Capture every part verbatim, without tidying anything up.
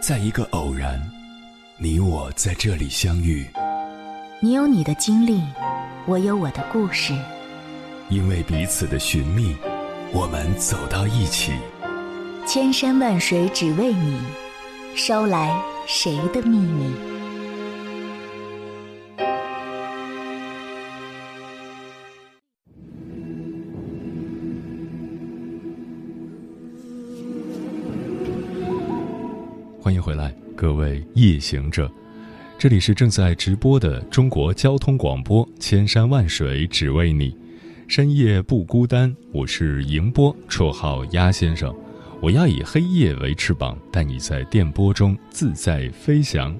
在一个偶然，你我在这里相遇。 你有你的经历，我有我的故事。 因为彼此的寻觅，我们走到一起。 千山万水只为你，捎来谁的秘密？ 欢迎回来，各位夜行者，这里是正在直播的中国交通广播，千山万水只为你，深夜不孤单。我是迎波，绰号鸭先生。我要以黑夜为翅膀，带你在电波中自在飞翔。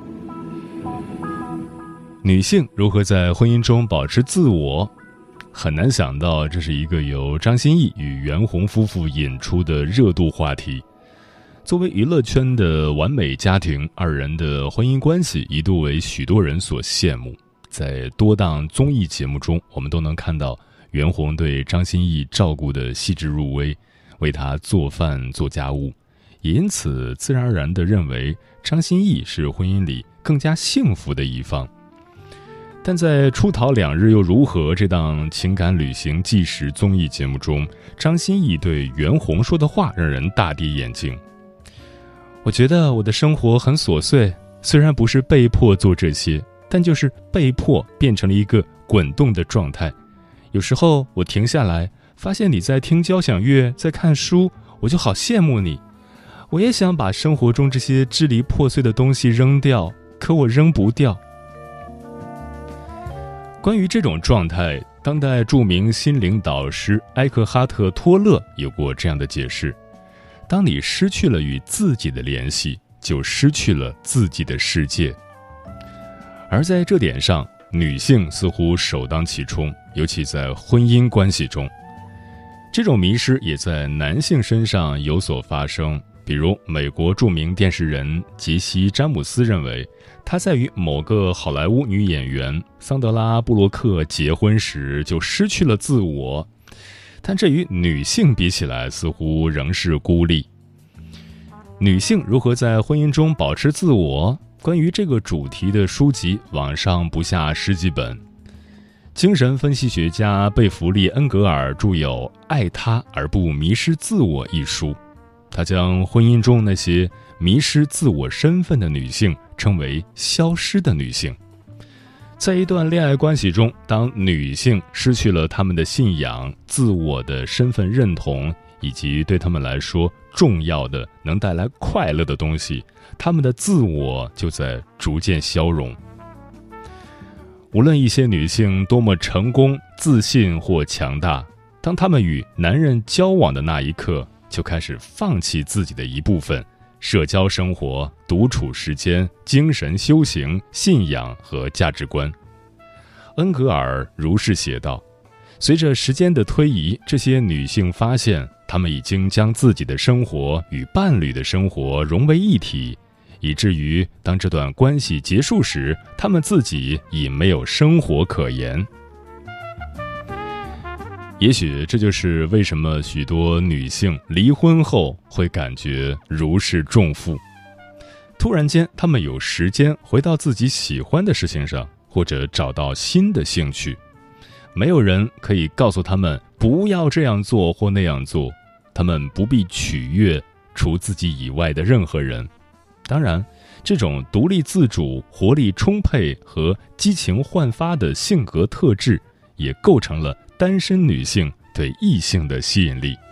女性如何在婚姻中保持自我？很难想到，这是一个由张歆艺与袁弘夫妇引出的热度话题。作为娱乐圈的完美家庭，二人的婚姻关系一度为许多人所羡慕。在多档综艺节目中，我们都能看到袁弘对张歆艺照顾得细致入微，为她做饭做家务，也因此自然而然地认为张歆艺是婚姻里更加幸福的一方。但在出逃两日又如何这档情感旅行纪实综艺节目中，张歆艺对袁弘说的话让人大跌眼镜。我觉得我的生活很琐碎，虽然不是被迫做这些，但就是被迫变成了一个滚动的状态。有时候我停下来，发现你在听交响乐，在看书，我就好羡慕你。我也想把生活中这些支离破碎的东西扔掉，可我扔不掉。关于这种状态，当代著名心灵导师埃克哈特·托勒有过这样的解释：当你失去了与自己的联系，就失去了自己的世界。而在这点上，女性似乎首当其冲，尤其在婚姻关系中。这种迷失也在男性身上有所发生，比如美国著名电视人杰西·詹姆斯认为，他在与某个好莱坞女演员桑德拉·布洛克结婚时就失去了自我，但这与女性比起来似乎仍是孤立。女性如何在婚姻中保持自我？关于这个主题的书籍网上不下十几本。精神分析学家贝弗利·恩格尔著有《爱他而不迷失自我》一书，他将婚姻中那些迷失自我身份的女性称为消失的女性。在一段恋爱关系中，当女性失去了她们的信仰、自我的身份认同，以及对她们来说重要的能带来快乐的东西，她们的自我就在逐渐消融。无论一些女性多么成功、自信或强大，当她们与男人交往的那一刻，就开始放弃自己的一部分社交生活、独处时间、精神修行、信仰和价值观。恩格尔如是写道：随着时间的推移，这些女性发现，她们已经将自己的生活与伴侣的生活融为一体，以至于当这段关系结束时，她们自己已没有生活可言。也许这就是为什么许多女性离婚后会感觉如释重负。突然间，她们有时间回到自己喜欢的事情上，或者找到新的兴趣。没有人可以告诉她们不要这样做或那样做，她们不必取悦除自己以外的任何人。当然，这种独立自主、活力充沛和激情焕发的性格特质，也构成了单身女性对异性的吸引力。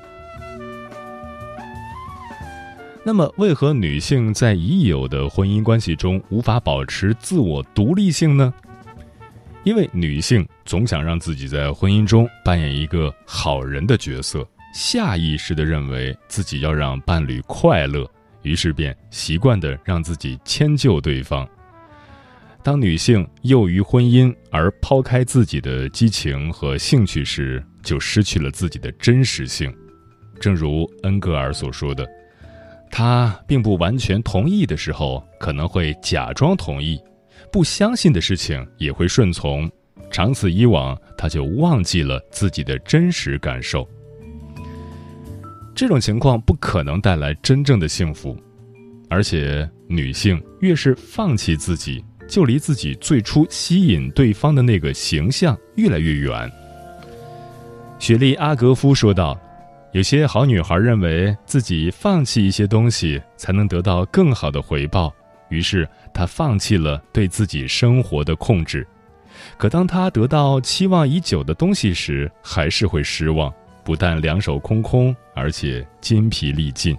那么，为何女性在已有的婚姻关系中无法保持自我独立性呢？因为女性总想让自己在婚姻中扮演一个好人的角色，下意识地认为自己要让伴侣快乐，于是便习惯地让自己迁就对方。当女性囿于婚姻而抛开自己的激情和兴趣时，就失去了自己的真实性。正如恩格尔所说的，他并不完全同意的时候，可能会假装同意，不相信的事情也会顺从，长此以往，他就忘记了自己的真实感受。这种情况不可能带来真正的幸福。 而且女性越是放弃自己，就离自己最初吸引对方的那个形象越来越远。雪莉·阿格夫说道，有些好女孩认为自己放弃一些东西才能得到更好的回报，于是她放弃了对自己生活的控制。可当她得到期望已久的东西时，还是会失望，不但两手空空，而且筋疲力尽。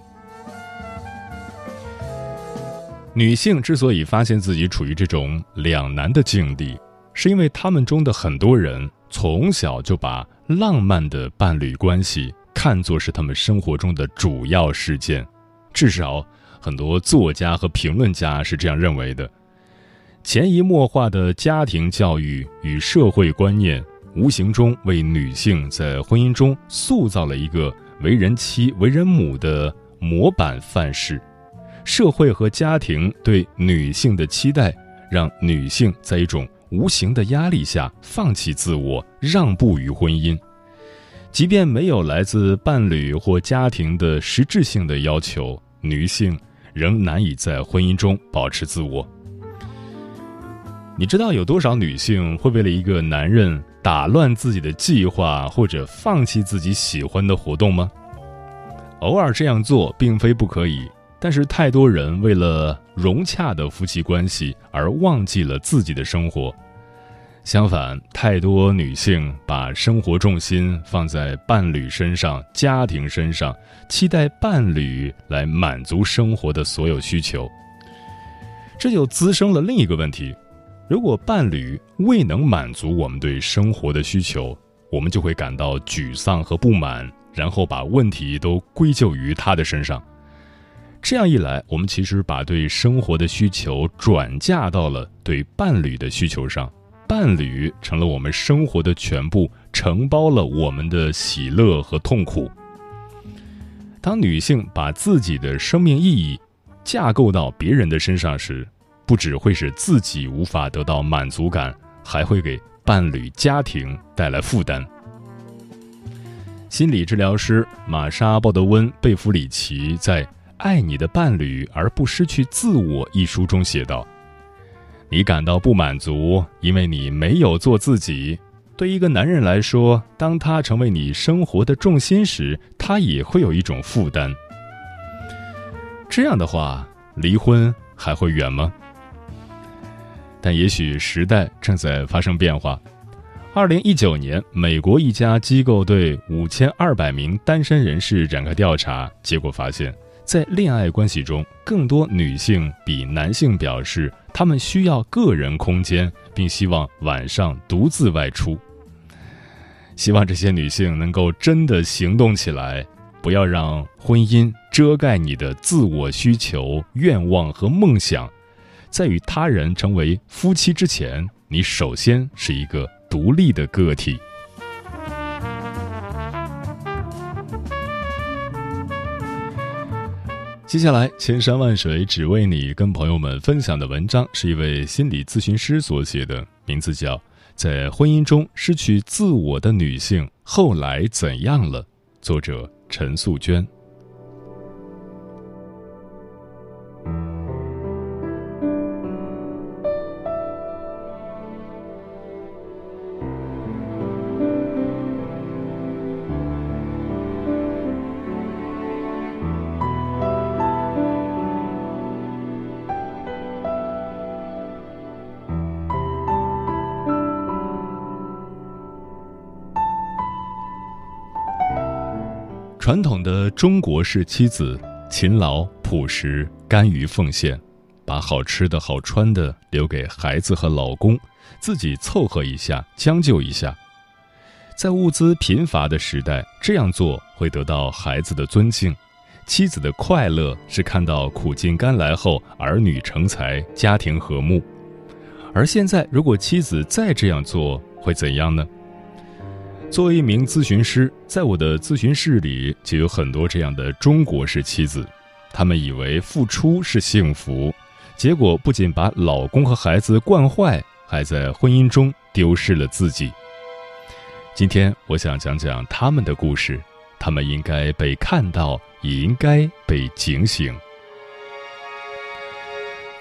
女性之所以发现自己处于这种两难的境地，是因为她们中的很多人从小就把浪漫的伴侣关系看作是他们生活中的主要事件，至少很多作家和评论家是这样认为的。潜移默化的家庭教育与社会观念，无形中为女性在婚姻中塑造了一个为人妻、为人母的模板范式。社会和家庭对女性的期待，让女性在一种无形的压力下放弃自我，让步于婚姻。即便没有来自伴侣或家庭的实质性的要求，女性仍难以在婚姻中保持自我。你知道有多少女性会为了一个男人打乱自己的计划，或者放弃自己喜欢的活动吗？偶尔这样做并非不可以，但是太多人为了融洽的夫妻关系而忘记了自己的生活。相反，太多女性把生活重心放在伴侣身上、家庭身上，期待伴侣来满足生活的所有需求。这就滋生了另一个问题，如果伴侣未能满足我们对生活的需求，我们就会感到沮丧和不满，然后把问题都归咎于他的身上。这样一来，我们其实把对生活的需求转嫁到了对伴侣的需求上，伴侣成了我们生活的全部，承包了我们的喜乐和痛苦。当女性把自己的生命意义架构到别人的身上时，不只会使自己无法得到满足感，还会给伴侣家庭带来负担。心理治疗师玛莎·鲍德温·贝弗里奇在《爱你的伴侣而不失去自我》一书中写道，你感到不满足，因为你没有做自己。对一个男人来说，当他成为你生活的重心时，他也会有一种负担。这样的话，离婚还会远吗？但也许时代正在发生变化。二零一九年，美国一家机构对五千二百名单身人士展开调查，结果发现，在恋爱关系中，更多女性比男性表示她们需要个人空间，并希望晚上独自外出。希望这些女性能够真的行动起来，不要让婚姻遮盖你的自我需求、愿望和梦想。在与他人成为夫妻之前，你首先是一个独立的个体。接下来，千山万水只为你跟朋友们分享的文章是一位心理咨询师所写的，名字叫《在婚姻中失去自我的女性后来怎样了》，作者陈素娟。传统的中国式妻子勤劳朴实，甘于奉献，把好吃的好穿的留给孩子和老公，自己凑合一下，将就一下。在物资贫乏的时代，这样做会得到孩子的尊敬，妻子的快乐是看到苦尽甘来后儿女成才，家庭和睦。而现在，如果妻子再这样做，会怎样呢？作为一名咨询师，在我的咨询室里就有很多这样的中国式妻子，她们以为付出是幸福，结果不仅把老公和孩子惯坏，还在婚姻中丢失了自己。今天我想讲讲他们的故事，他们应该被看到，也应该被警醒。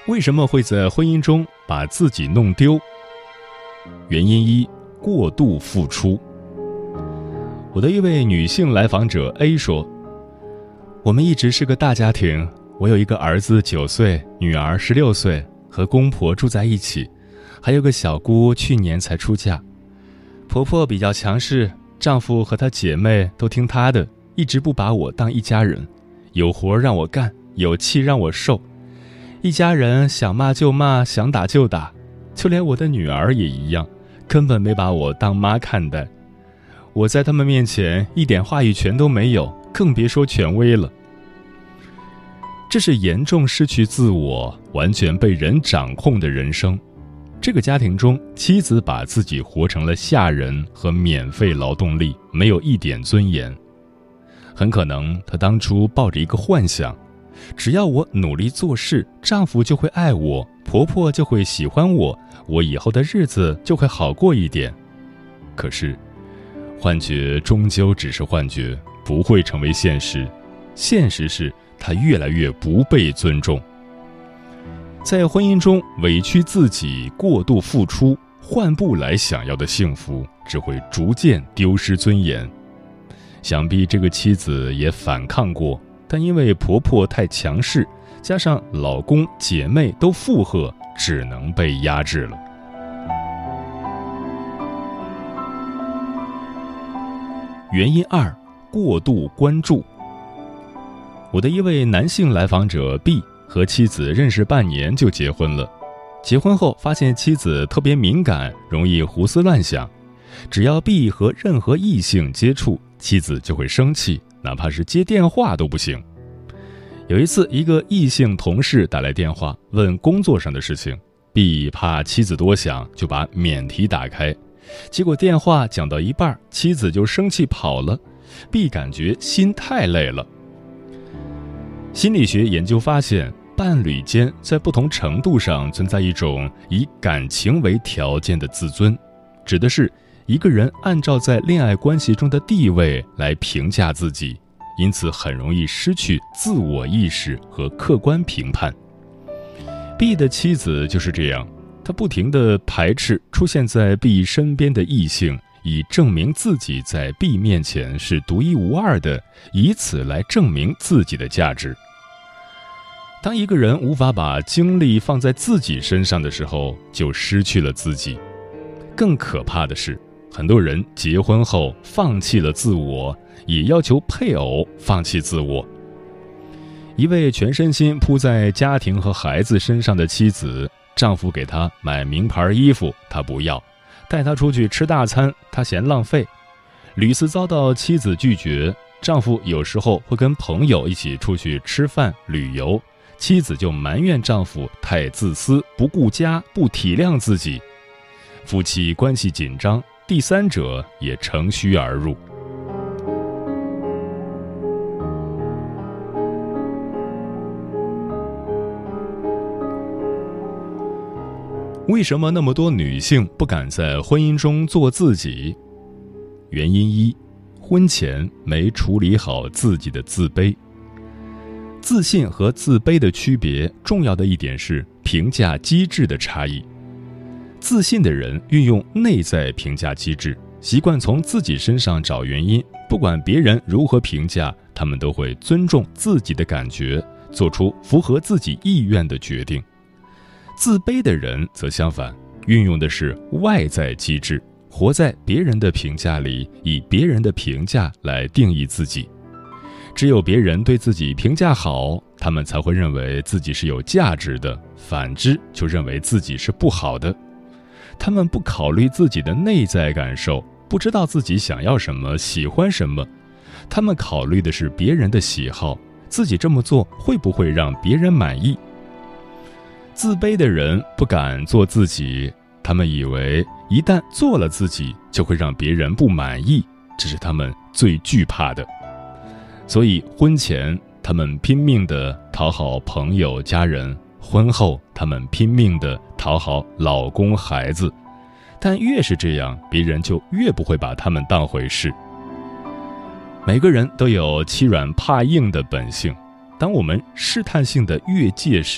为什么会在婚姻中把自己弄丢？原因一：过度付出。我的一位女性来访者 A 说，我们一直是个大家庭，我有一个儿子九岁，女儿十六岁，和公婆住在一起，还有个小姑去年才出嫁。婆婆比较强势，丈夫和她姐妹都听她的，一直不把我当一家人，有活让我干，有气让我受。一家人想骂就骂，想打就打，就连我的女儿也一样，根本没把我当妈看待。我在他们面前一点话语权都没有，更别说权威了。这是严重失去自我，完全被人掌控的人生。这个家庭中，妻子把自己活成了下人和免费劳动力，没有一点尊严。很可能她当初抱着一个幻想，只要我努力做事，丈夫就会爱我，婆婆就会喜欢我，我以后的日子就会好过一点。可是幻觉终究只是幻觉，不会成为现实。现实是她越来越不被尊重。在婚姻中委屈自己，过度付出，换不来想要的幸福，只会逐渐丢失尊严。想必这个妻子也反抗过，但因为婆婆太强势，加上老公姐妹都附和，只能被压制了。原因二：过度关注。我的一位男性来访者 B 和妻子认识半年就结婚了。结婚后发现妻子特别敏感，容易胡思乱想，只要 B 和任何异性接触，妻子就会生气，哪怕是接电话都不行。有一次，一个异性同事打来电话问工作上的事情， B 怕妻子多想，就把免提打开，结果电话讲到一半，妻子就生气跑了。 B 感觉心太累了。心理学研究发现，伴侣间在不同程度上存在一种以感情为条件的自尊，指的是一个人按照在恋爱关系中的地位来评价自己，因此很容易失去自我意识和客观评判。 B 的妻子就是这样，她不停地排斥出现在 B 身边的异性，以证明自己在 B 面前是独一无二的，以此来证明自己的价值。当一个人无法把精力放在自己身上的时候，就失去了自己。更可怕的是，很多人结婚后放弃了自我，也要求配偶放弃自我。一位全身心扑在家庭和孩子身上的妻子，丈夫给她买名牌衣服，她不要；带她出去吃大餐，她嫌浪费。屡次遭到妻子拒绝，丈夫有时候会跟朋友一起出去吃饭旅游，妻子就埋怨丈夫太自私，不顾家，不体谅自己。夫妻关系紧张，第三者也乘虚而入。为什么那么多女性不敢在婚姻中做自己？原因一：婚前没处理好自己的自卑。自信和自卑的区别，重要的一点是评价机制的差异。自信的人运用内在评价机制，习惯从自己身上找原因，不管别人如何评价，他们都会尊重自己的感觉，做出符合自己意愿的决定。自卑的人则相反，运用的是外在机制，活在别人的评价里，以别人的评价来定义自己。只有别人对自己评价好，他们才会认为自己是有价值的，反之就认为自己是不好的。他们不考虑自己的内在感受，不知道自己想要什么，喜欢什么。他们考虑的是别人的喜好，自己这么做会不会让别人满意。自卑的人不敢做自己，他们以为一旦做了自己，就会让别人不满意，这是他们最惧怕的。所以婚前他们拼命地讨好朋友家人，婚后他们拼命地讨好老公孩子，但越是这样，别人就越不会把他们当回事。每个人都有欺软怕硬的本性，当我们试探性地越界时，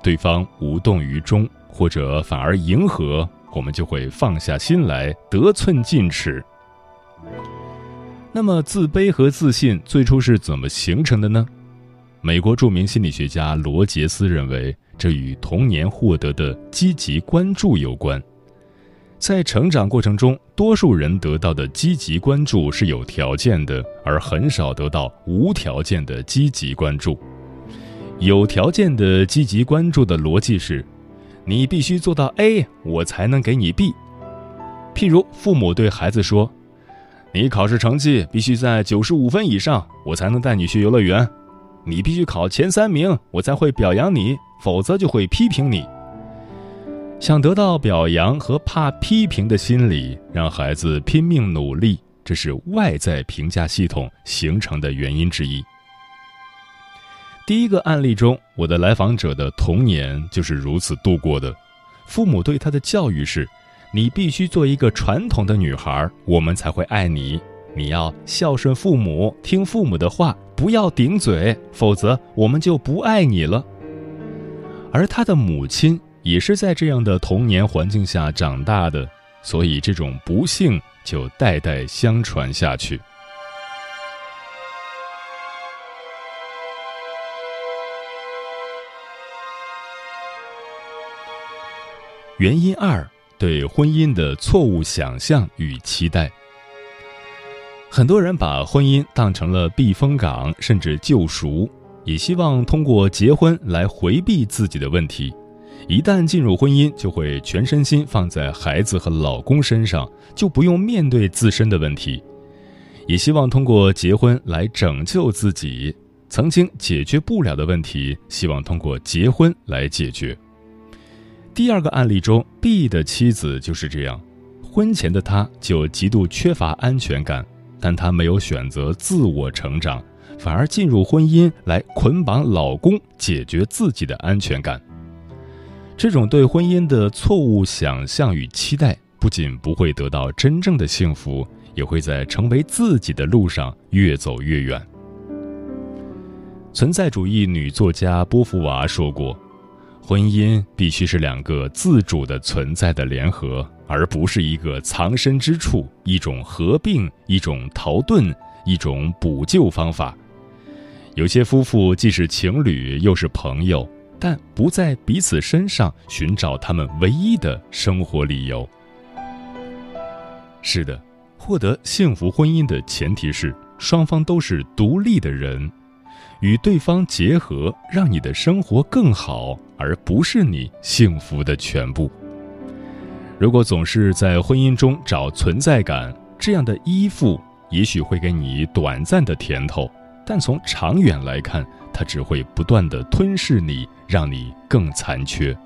对方无动于衷，或者反而迎合，我们就会放下心来，得寸进尺。那么自卑和自信最初是怎么形成的呢？美国著名心理学家罗杰斯认为，这与童年获得的积极关注有关。在成长过程中，多数人得到的积极关注是有条件的，而很少得到无条件的积极关注。有条件的积极关注的逻辑是，你必须做到 A， 我才能给你 B。 譬如父母对孩子说，你考试成绩必须在九十五分以上，我才能带你去游乐园。你必须考前三名，我才会表扬你，否则就会批评你。想得到表扬和怕批评的心理，让孩子拼命努力，这是外在评价系统形成的原因之一。第一个案例中，我的来访者的童年就是如此度过的。父母对他的教育是，你必须做一个传统的女孩，我们才会爱你。你要孝顺父母，听父母的话，不要顶嘴，否则我们就不爱你了。而他的母亲也是在这样的童年环境下长大的，所以这种不幸就代代相传下去。原因二，对婚姻的错误想象与期待。很多人把婚姻当成了避风港，甚至救赎，也希望通过结婚来回避自己的问题。一旦进入婚姻，就会全身心放在孩子和老公身上，就不用面对自身的问题。也希望通过结婚来拯救自己，曾经解决不了的问题，希望通过结婚来解决。第二个案例中 B 的妻子就是这样，婚前的她就极度缺乏安全感，但她没有选择自我成长，反而进入婚姻来捆绑老公，解决自己的安全感。这种对婚姻的错误想象与期待，不仅不会得到真正的幸福，也会在成为自己的路上越走越远。存在主义女作家波伏娃说过，婚姻必须是两个自主的存在的联合，而不是一个藏身之处，一种合并，一种逃遁，一种补救方法。有些夫妇既是情侣又是朋友，但不在彼此身上寻找他们唯一的生活理由。是的，获得幸福婚姻的前提是双方都是独立的人，与对方结合，让你的生活更好，而不是你幸福的全部。如果总是在婚姻中找存在感，这样的依附也许会给你短暂的甜头，但从长远来看，它只会不断地吞噬你，让你更残缺。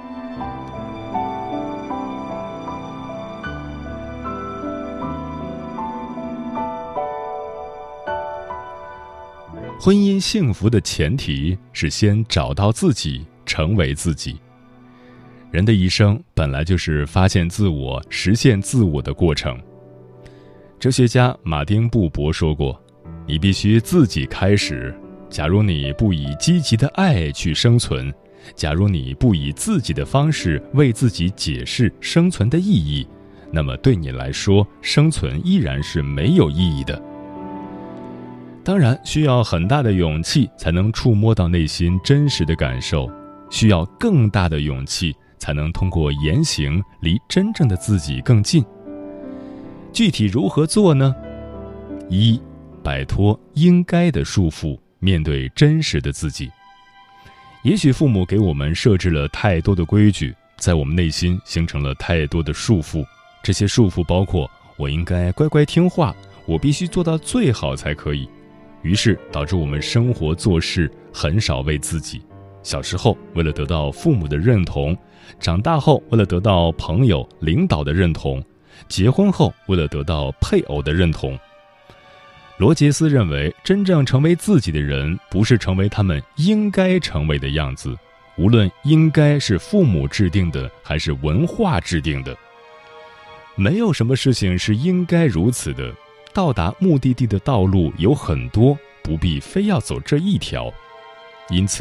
婚姻幸福的前提是先找到自己，成为自己。人的一生本来就是发现自我、实现自我的过程。哲学家马丁·布伯说过，你必须自己开始。假如你不以积极的爱去生存，假如你不以自己的方式为自己解释生存的意义，那么对你来说，生存依然是没有意义的。当然，需要很大的勇气才能触摸到内心真实的感受，需要更大的勇气才能通过言行离真正的自己更近。具体如何做呢？一，摆脱应该的束缚，面对真实的自己。也许父母给我们设置了太多的规矩，在我们内心形成了太多的束缚。这些束缚包括我应该乖乖听话，我必须做到最好才可以。于是导致我们生活做事很少为自己。小时候为了得到父母的认同，长大后为了得到朋友、领导的认同，结婚后为了得到配偶的认同。罗杰斯认为，真正成为自己的人，不是成为他们应该成为的样子，无论应该是父母制定的，还是文化制定的。没有什么事情是应该如此的，到达目的地的道路有很多，不必非要走这一条。因此，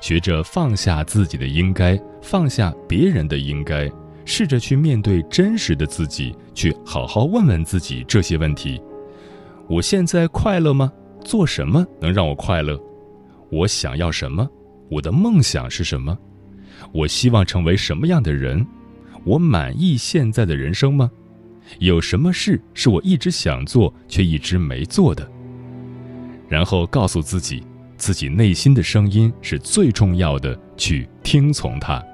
学着放下自己的应该，放下别人的应该，试着去面对真实的自己，去好好问问自己这些问题：我现在快乐吗？做什么能让我快乐？我想要什么？我的梦想是什么？我希望成为什么样的人？我满意现在的人生吗？有什么事是我一直想做却一直没做的？然后告诉自己，自己内心的声音是最重要的，去听从它。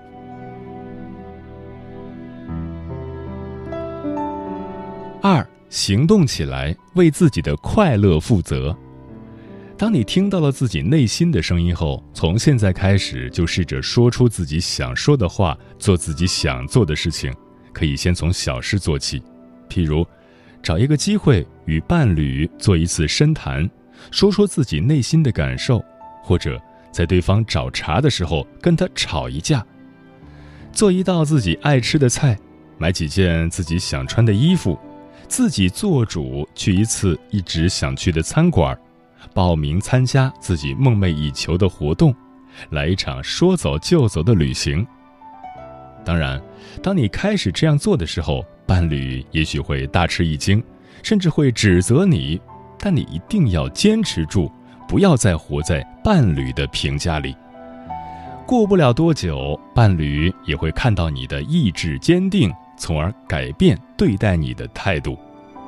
二，行动起来，为自己的快乐负责。当你听到了自己内心的声音后，从现在开始就试着说出自己想说的话，做自己想做的事情。可以先从小事做起，譬如找一个机会与伴侣做一次深谈，说说自己内心的感受，或者在对方找茬的时候跟他吵一架。做一道自己爱吃的菜，买几件自己想穿的衣服，自己做主去一次一直想去的餐馆，报名参加自己梦寐以求的活动，来一场说走就走的旅行。当然，当你开始这样做的时候，伴侣也许会大吃一惊，甚至会指责你，但你一定要坚持住，不要再活在伴侣的评价里。过不了多久，伴侣也会看到你的意志坚定，从而改变对待你的态度。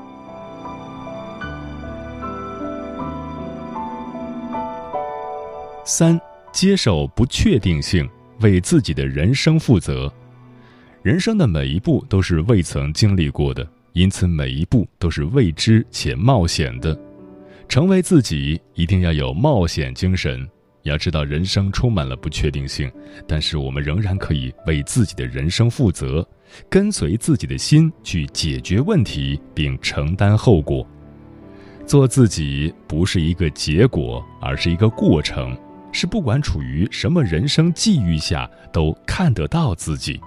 三，接受不确定性，为自己的人生负责。人生的每一步都是未曾经历过的，因此每一步都是未知且冒险的。成为自己，一定要有冒险精神。要知道人生充满了不确定性，但是我们仍然可以为自己的人生负责，跟随自己的心去解决问题，并承担后果。做自己不是一个结果，而是一个过程，是不管处于什么人生际遇下都看得到自己。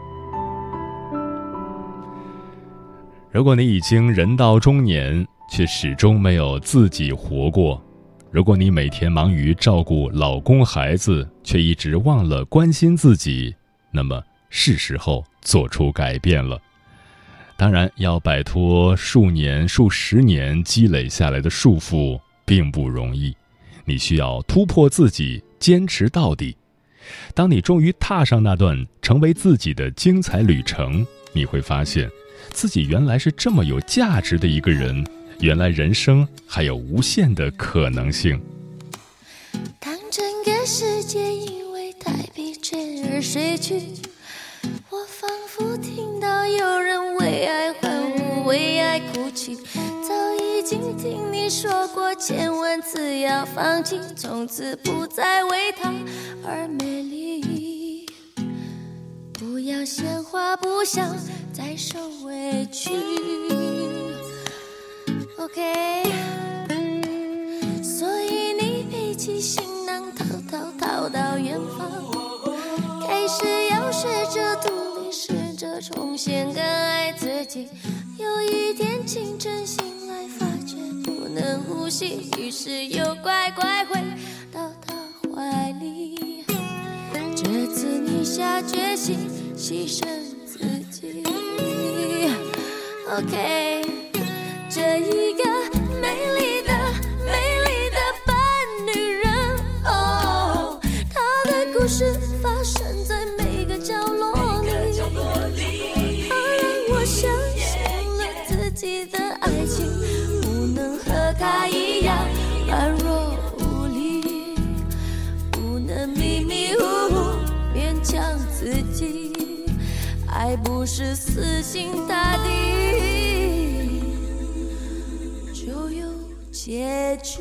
如果你已经人到中年，却始终没有自己活过；如果你每天忙于照顾老公孩子，却一直忘了关心自己，那么是时候做出改变了。当然，要摆脱数年、数十年积累下来的束缚并不容易，你需要突破自己，坚持到底。当你终于踏上那段成为自己的精彩旅程，你会发现自己原来是这么有价值的一个人，原来人生还有无限的可能性。 当整个世界因为太疲倦而睡去，我仿佛听到有人为爱欢呼，为爱哭泣。早已经听你说过千万次要放弃，从此不再为他而美丽。不要闲话，不想再受委屈。OK， 所以你背起行囊，逃逃逃到远方，开始要学着独立，试着重新更爱自己。有一天清晨醒来，发觉不能呼吸，于是又乖乖回到他怀里。这次你下决心牺牲自己。OK， 这一个美丽的美丽的笨女人，哦，她的故事发生在每个角落里，她让我相信了自己的爱情不能和她一样软弱无力，不能迷迷糊糊勉强自己，爱不是死心塌地就有结局。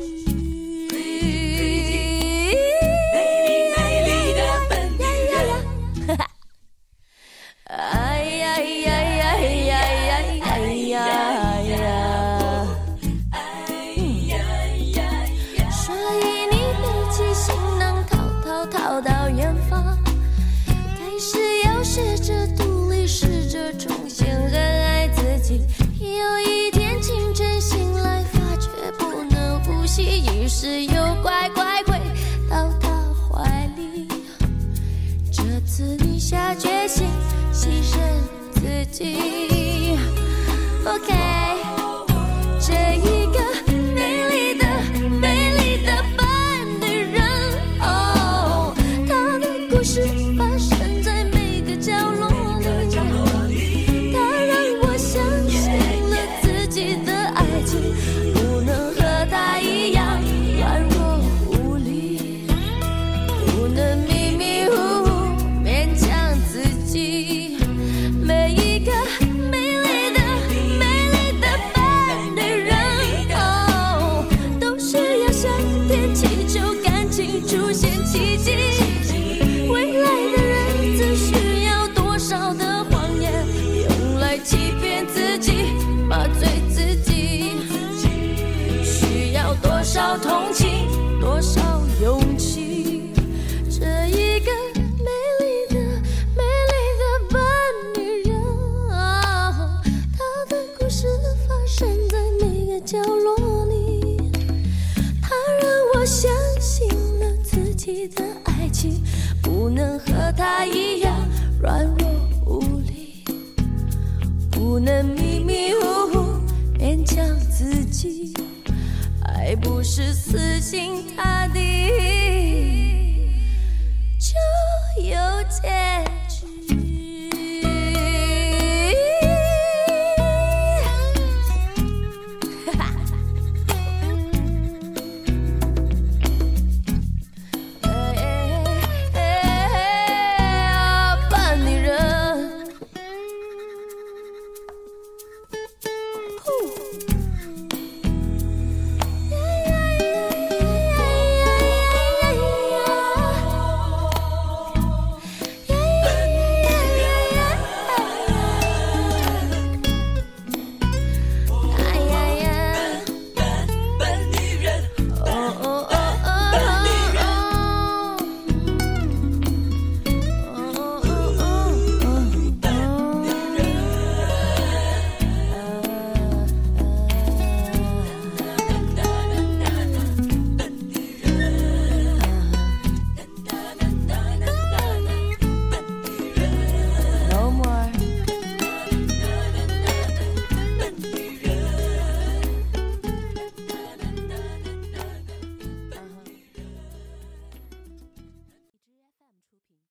哎呀呀呀呀呀呀呀！所以你背起行囊，逃逃逃到远方，开始要试着独立，试着重新更爱自己。有一天清晨醒来，发觉不能呼吸， 次你下决心牺牲自己。 OK， 这一个美丽的美丽的笨女人，哦，她的故事发生在每个角落里，她让我相信了自己的爱情不能和她一样软弱无力，不能迷迷糊糊勉强自己。每一个美丽的美丽的笨女人，哦，都是要向天祈求感情出现奇迹。未来的日子需要多少的谎言，用来欺骗自己，麻醉自己，需要多少同情，多少勇气。这一个美丽的美丽的笨女人，哦，她的故事发生在每个角落里，她让我相信了自己的爱情不能和她一样软弱无力，不能迷迷糊糊勉强自己，爱不是死心塌地。